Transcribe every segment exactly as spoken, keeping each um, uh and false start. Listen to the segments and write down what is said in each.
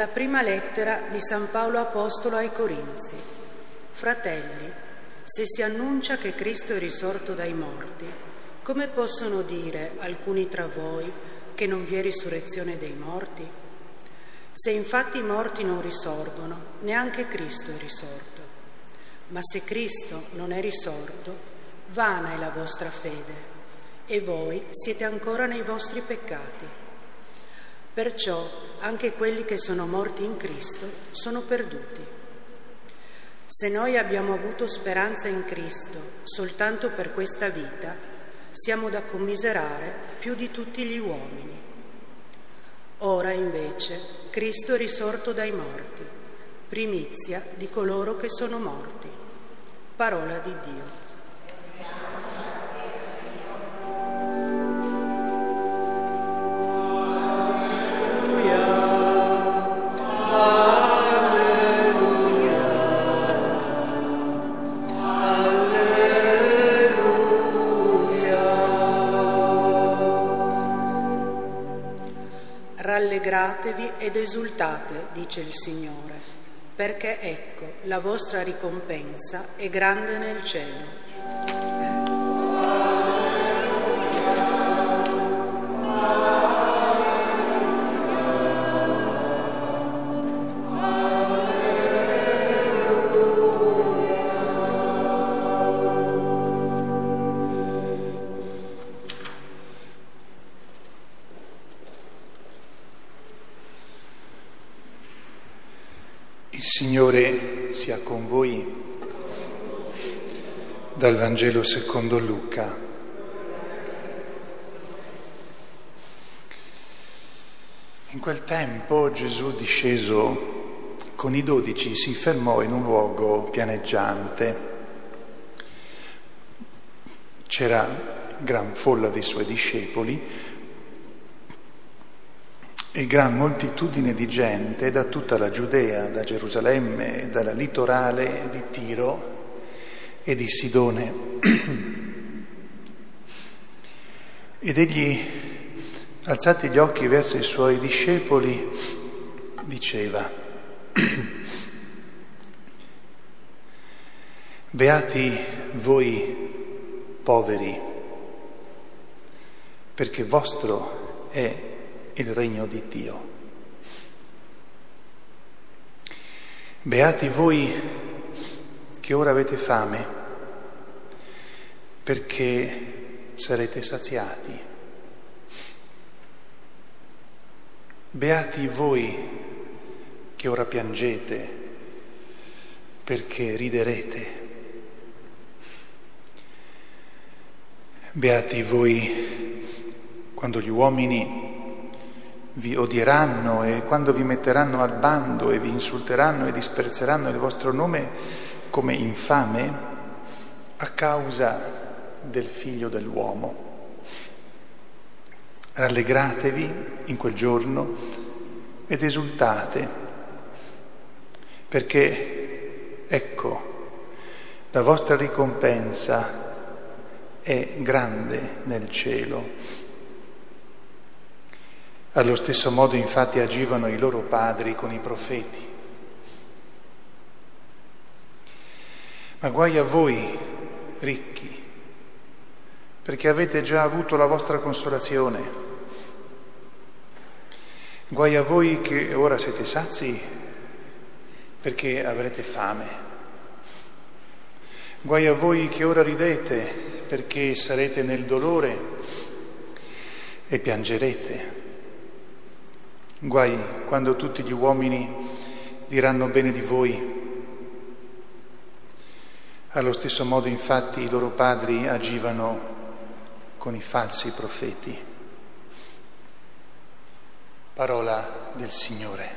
Dalla prima lettera di San Paolo Apostolo ai Corinzi. Fratelli, se si annuncia che Cristo è risorto dai morti, come possono dire alcuni tra voi che non vi è risurrezione dei morti? Se infatti i morti non risorgono, neanche Cristo è risorto. Ma se Cristo non è risorto, vana è la vostra fede, e voi siete ancora nei vostri peccati. Perciò anche quelli che sono morti in Cristo sono perduti. Se noi abbiamo avuto speranza in Cristo soltanto per questa vita, siamo da commiserare più di tutti gli uomini. Ora invece Cristo è risorto dai morti, primizia di coloro che sono morti. Parola di Dio. Rallegratevi ed esultate, dice il Signore, perché ecco, la vostra ricompensa è grande nel cielo. Il Signore sia con voi. Dal Vangelo secondo Luca. In quel tempo Gesù, disceso con i dodici, si fermò in un luogo pianeggiante. C'era gran folla dei suoi discepoli e gran moltitudine di gente da tutta la Giudea, da Gerusalemme, dalla litorale di Tiro e di Sidone. Ed egli, alzati gli occhi verso i suoi discepoli, diceva: Beati voi poveri, perché vostro è il regno di Dio. Beati voi che ora avete fame, perché sarete saziati. Beati voi che ora piangete, perché riderete. Beati voi quando gli uomini vi odieranno e quando vi metteranno al bando e vi insulteranno e disprezzeranno il vostro nome come infame a causa del Figlio dell'uomo. Rallegratevi in quel giorno ed esultate, perché ecco, la vostra ricompensa è grande nel cielo. Allo stesso modo infatti agivano i loro padri con i profeti. Ma guai a voi, ricchi, perché avete già avuto la vostra consolazione. Guai a voi che ora siete sazi, perché avrete fame. Guai a voi che ora ridete, perché sarete nel dolore e piangerete. Guai quando tutti gli uomini diranno bene di voi. Allo stesso modo, infatti, i loro padri agivano con i falsi profeti. Parola del Signore.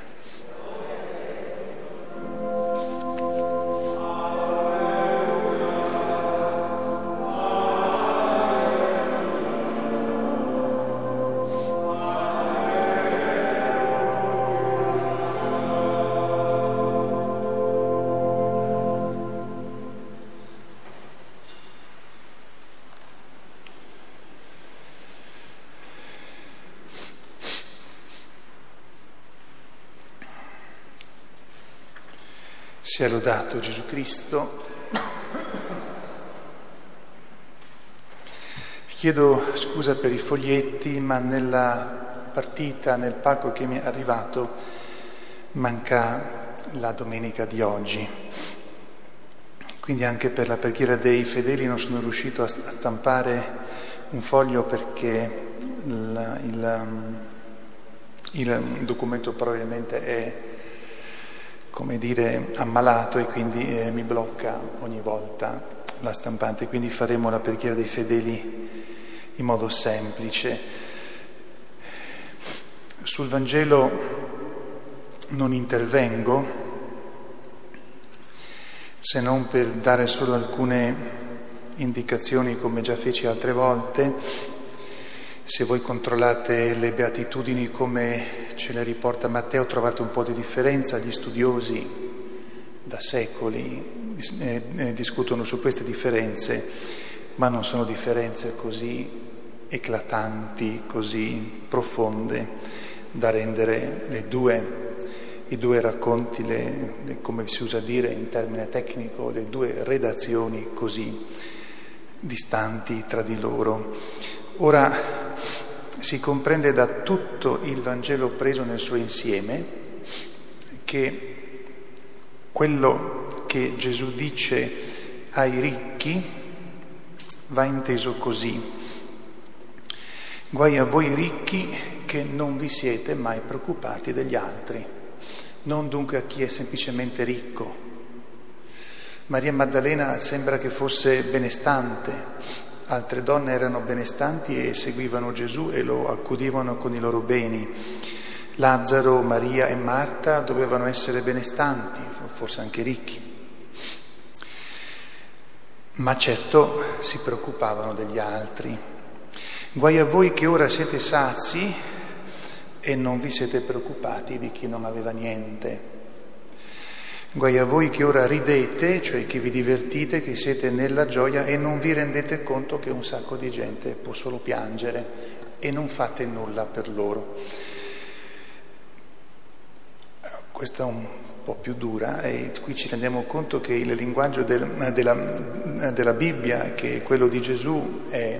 Sia lodato Gesù Cristo. Vi chiedo scusa per i foglietti, ma nella partita, nel pacco che mi è arrivato, manca la domenica di oggi. Quindi anche per la preghiera dei fedeli non sono riuscito a stampare un foglio perché il, il, il documento probabilmente è, come dire, ammalato e quindi eh, mi blocca ogni volta la stampante, quindi faremo la preghiera dei fedeli in modo semplice. Sul Vangelo non intervengo se non per dare solo alcune indicazioni, come già feci altre volte. Se voi controllate le beatitudini come ce le riporta Matteo, trovate un po' di differenza. Gli studiosi da secoli eh, eh, discutono su queste differenze, ma non sono differenze così eclatanti, così profonde da rendere le due, i due racconti, le, le, come si usa dire in termine tecnico, le due redazioni così distanti tra di loro. Ora si comprende da tutto il Vangelo preso nel suo insieme che quello che Gesù dice ai ricchi va inteso così: guai a voi ricchi che non vi siete mai preoccupati degli altri, non dunque a chi è semplicemente ricco. Maria Maddalena sembra che fosse benestante. Altre donne erano benestanti e seguivano Gesù e lo accudivano con i loro beni. Lazzaro, Maria e Marta dovevano essere benestanti, forse anche ricchi. Ma certo si preoccupavano degli altri. Guai a voi che ora siete sazi e non vi siete preoccupati di chi non aveva niente. Guai a voi che ora ridete, cioè che vi divertite, che siete nella gioia e non vi rendete conto che un sacco di gente può solo piangere e non fate nulla per loro. Questa è un po' più dura e qui ci rendiamo conto che il linguaggio del, della, della Bibbia, che è quello di Gesù, è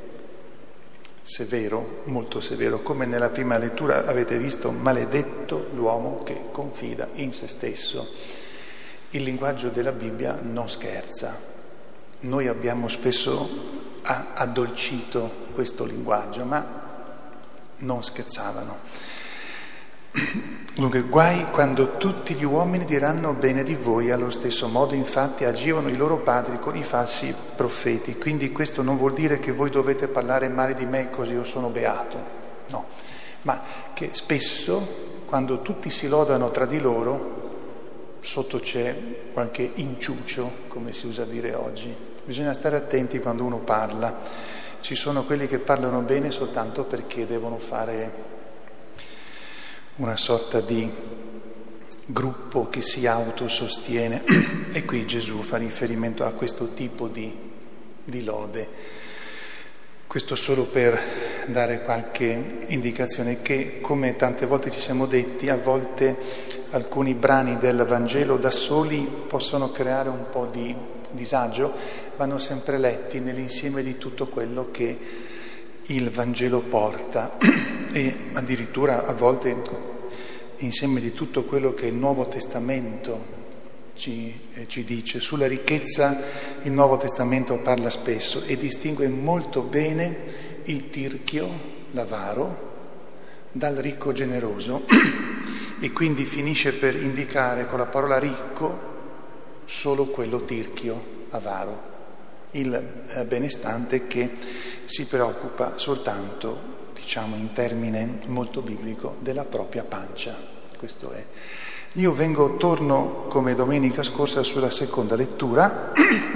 severo, molto severo. Come nella prima lettura avete visto, maledetto l'uomo che confida in se stesso. Il linguaggio della Bibbia non scherza. Noi abbiamo spesso addolcito questo linguaggio, ma non scherzavano. Dunque, guai quando tutti gli uomini diranno bene di voi, allo stesso modo infatti agivano i loro padri con i falsi profeti. Quindi questo non vuol dire che voi dovete parlare male di me così io sono beato, no, ma che spesso quando tutti si lodano tra di loro sotto c'è qualche inciucio, come si usa dire oggi. Bisogna stare attenti quando uno parla. Ci sono quelli che parlano bene soltanto perché devono fare una sorta di gruppo che si autosostiene e qui Gesù fa riferimento a questo tipo di, di lode. Questo solo per dare qualche indicazione che, come tante volte ci siamo detti, a volte alcuni brani del Vangelo da soli possono creare un po' di disagio, vanno sempre letti nell'insieme di tutto quello che il Vangelo porta e addirittura a volte insieme di tutto quello che il Nuovo Testamento ci, eh, ci dice. Sulla ricchezza il Nuovo Testamento parla spesso e distingue molto bene il tirchio, l'avaro, dal ricco generoso e quindi finisce per indicare con la parola ricco solo quello tirchio, avaro, il eh, benestante che si preoccupa soltanto, diciamo in termine molto biblico, della propria pancia. Questo è. Io vengo, torno come domenica scorsa sulla seconda lettura.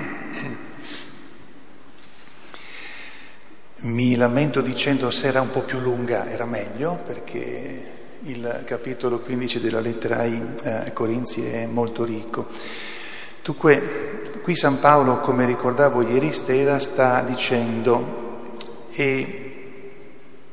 Mi lamento dicendo se era un po' più lunga era meglio, perché il capitolo quindici della lettera ai eh, Corinzi è molto ricco. Dunque, qui San Paolo, come ricordavo ieri sera, sta dicendo e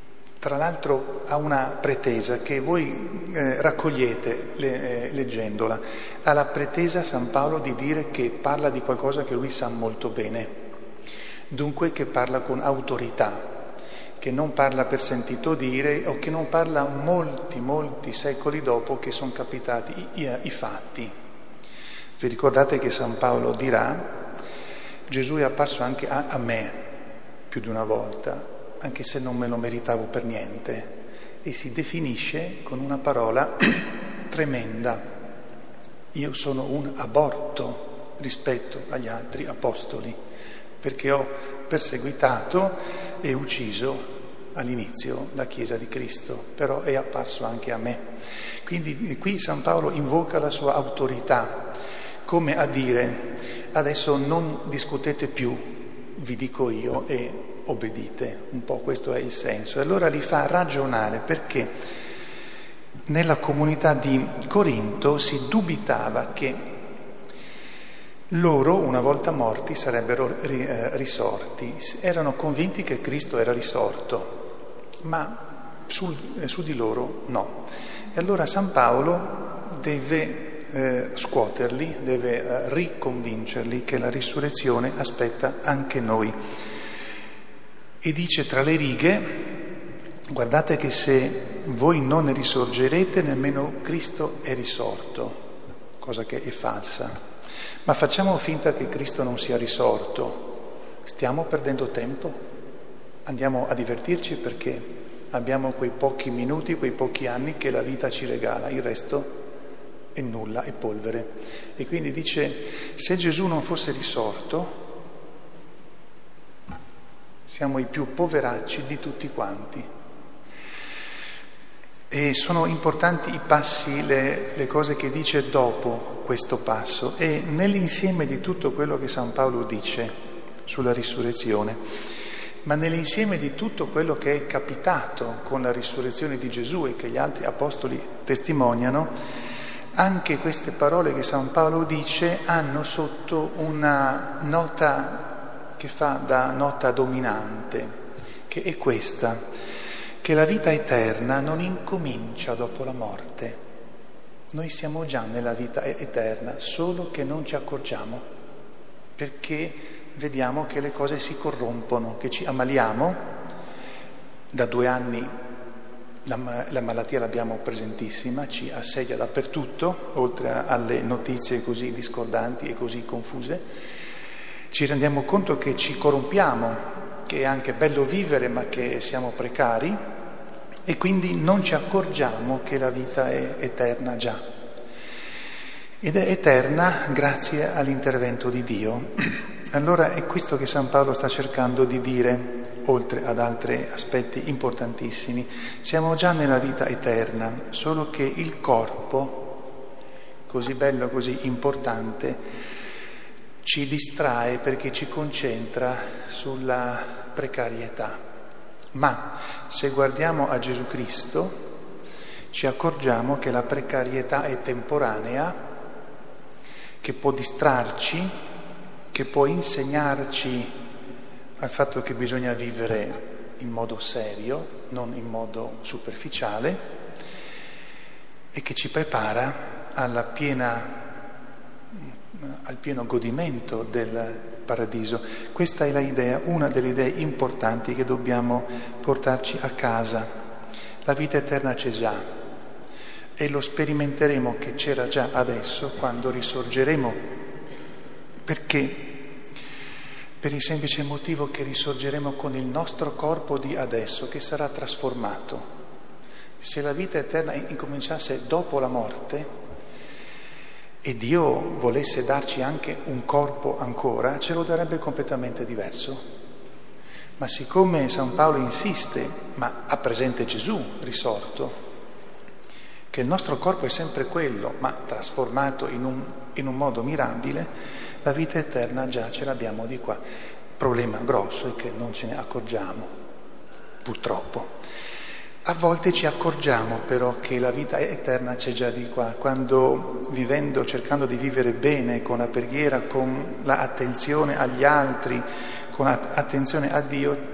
tra l'altro ha una pretesa che voi eh, raccogliete le, eh, leggendola. Ha la pretesa San Paolo di dire che parla di qualcosa che lui sa molto bene, dunque che parla con autorità, che non parla per sentito dire o che non parla molti, molti secoli dopo che sono capitati i, i, i fatti. Vi ricordate che San Paolo dirà: Gesù è apparso anche a, a me più di una volta, anche se non me lo meritavo per niente, e si definisce con una parola tremenda: io sono un aborto rispetto agli altri apostoli, perché ho perseguitato e ucciso all'inizio la Chiesa di Cristo, però è apparso anche a me. Quindi qui San Paolo invoca la sua autorità, come a dire: adesso non discutete più, vi dico io e obbedite. Un po' questo è il senso. E allora li fa ragionare, perché nella comunità di Corinto si dubitava che loro, una volta morti, sarebbero risorti. Erano convinti che Cristo era risorto, ma su, su di loro no. E allora San Paolo deve eh, scuoterli, deve eh, riconvincerli che la risurrezione aspetta anche noi. E dice tra le righe: guardate che se voi non ne risorgerete, nemmeno Cristo è risorto, cosa che è falsa. Ma facciamo finta che Cristo non sia risorto, stiamo perdendo tempo? Andiamo a divertirci perché abbiamo quei pochi minuti, quei pochi anni che la vita ci regala, il resto è nulla, è polvere. E quindi dice: se Gesù non fosse risorto, siamo i più poveracci di tutti quanti. E sono importanti i passi, le, le cose che dice dopo questo passo, e nell'insieme di tutto quello che San Paolo dice sulla risurrezione, ma nell'insieme di tutto quello che è capitato con la risurrezione di Gesù e che gli altri apostoli testimoniano, anche queste parole che San Paolo dice hanno sotto una nota che fa da nota dominante, che è questa: che la vita eterna non incomincia dopo la morte. Noi siamo già nella vita eterna, solo che non ci accorgiamo, perché vediamo che le cose si corrompono, che ci ammaliamo. Da due anni la, la malattia l'abbiamo presentissima, ci assedia dappertutto, oltre alle notizie così discordanti e così confuse. Ci rendiamo conto che ci corrompiamo, che è anche bello vivere ma che siamo precari, e quindi non ci accorgiamo che la vita è eterna già. Ed è eterna grazie all'intervento di Dio. Allora è questo che San Paolo sta cercando di dire, oltre ad altri aspetti importantissimi. Siamo già nella vita eterna, solo che il corpo, così bello, così importante, ci distrae perché ci concentra sulla precarietà. Ma se guardiamo a Gesù Cristo ci accorgiamo che la precarietà è temporanea, che può distrarci, che può insegnarci al fatto che bisogna vivere in modo serio, non in modo superficiale, e che ci prepara alla piena al pieno godimento del paradiso. Questa è la idea, una delle idee importanti che dobbiamo portarci a casa. La vita eterna c'è già e lo sperimenteremo che c'era già adesso quando risorgeremo. Perché? Per il semplice motivo che risorgeremo con il nostro corpo di adesso, che sarà trasformato. Se la vita eterna incominciasse dopo la morte, e Dio volesse darci anche un corpo ancora, ce lo darebbe completamente diverso. Ma siccome San Paolo insiste, ma ha presente Gesù risorto, che il nostro corpo è sempre quello, ma trasformato in un, in un modo mirabile, la vita eterna già ce l'abbiamo di qua. Il problema grosso è che non ce ne accorgiamo, purtroppo. A volte ci accorgiamo però che la vita eterna c'è già di qua, quando vivendo, cercando di vivere bene con la preghiera, con l'attenzione agli altri, con attenzione a Dio,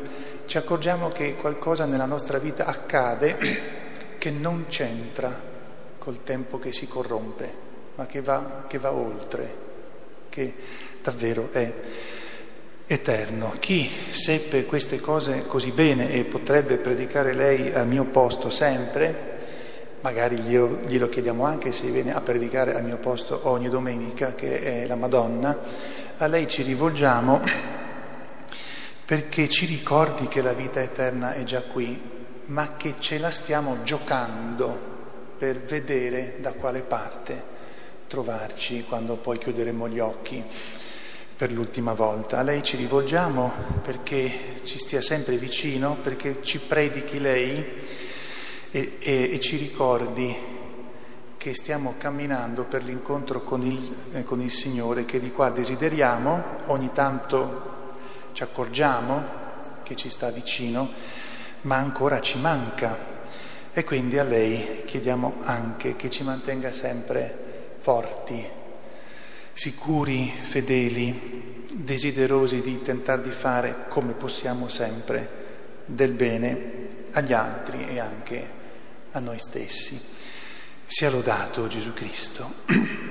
ci accorgiamo che qualcosa nella nostra vita accade che non c'entra col tempo che si corrompe, ma che va, che va oltre, che davvero è eterno. Chi seppe queste cose così bene e potrebbe predicare lei al mio posto sempre, magari glielo, glielo chiediamo anche se viene a predicare al mio posto ogni domenica, che è la Madonna, a lei ci rivolgiamo perché ci ricordi che la vita eterna è già qui, ma che ce la stiamo giocando per vedere da quale parte trovarci quando poi chiuderemo gli occhi per l'ultima volta. A lei ci rivolgiamo perché ci stia sempre vicino, perché ci predichi lei e, e, e ci ricordi che stiamo camminando per l'incontro con il, eh, con il Signore, che di qua desideriamo, ogni tanto ci accorgiamo che ci sta vicino, ma ancora ci manca. E quindi a lei chiediamo anche che ci mantenga sempre forti, sicuri, fedeli, desiderosi di tentare di fare come possiamo sempre del bene agli altri e anche a noi stessi. Sia lodato Gesù Cristo.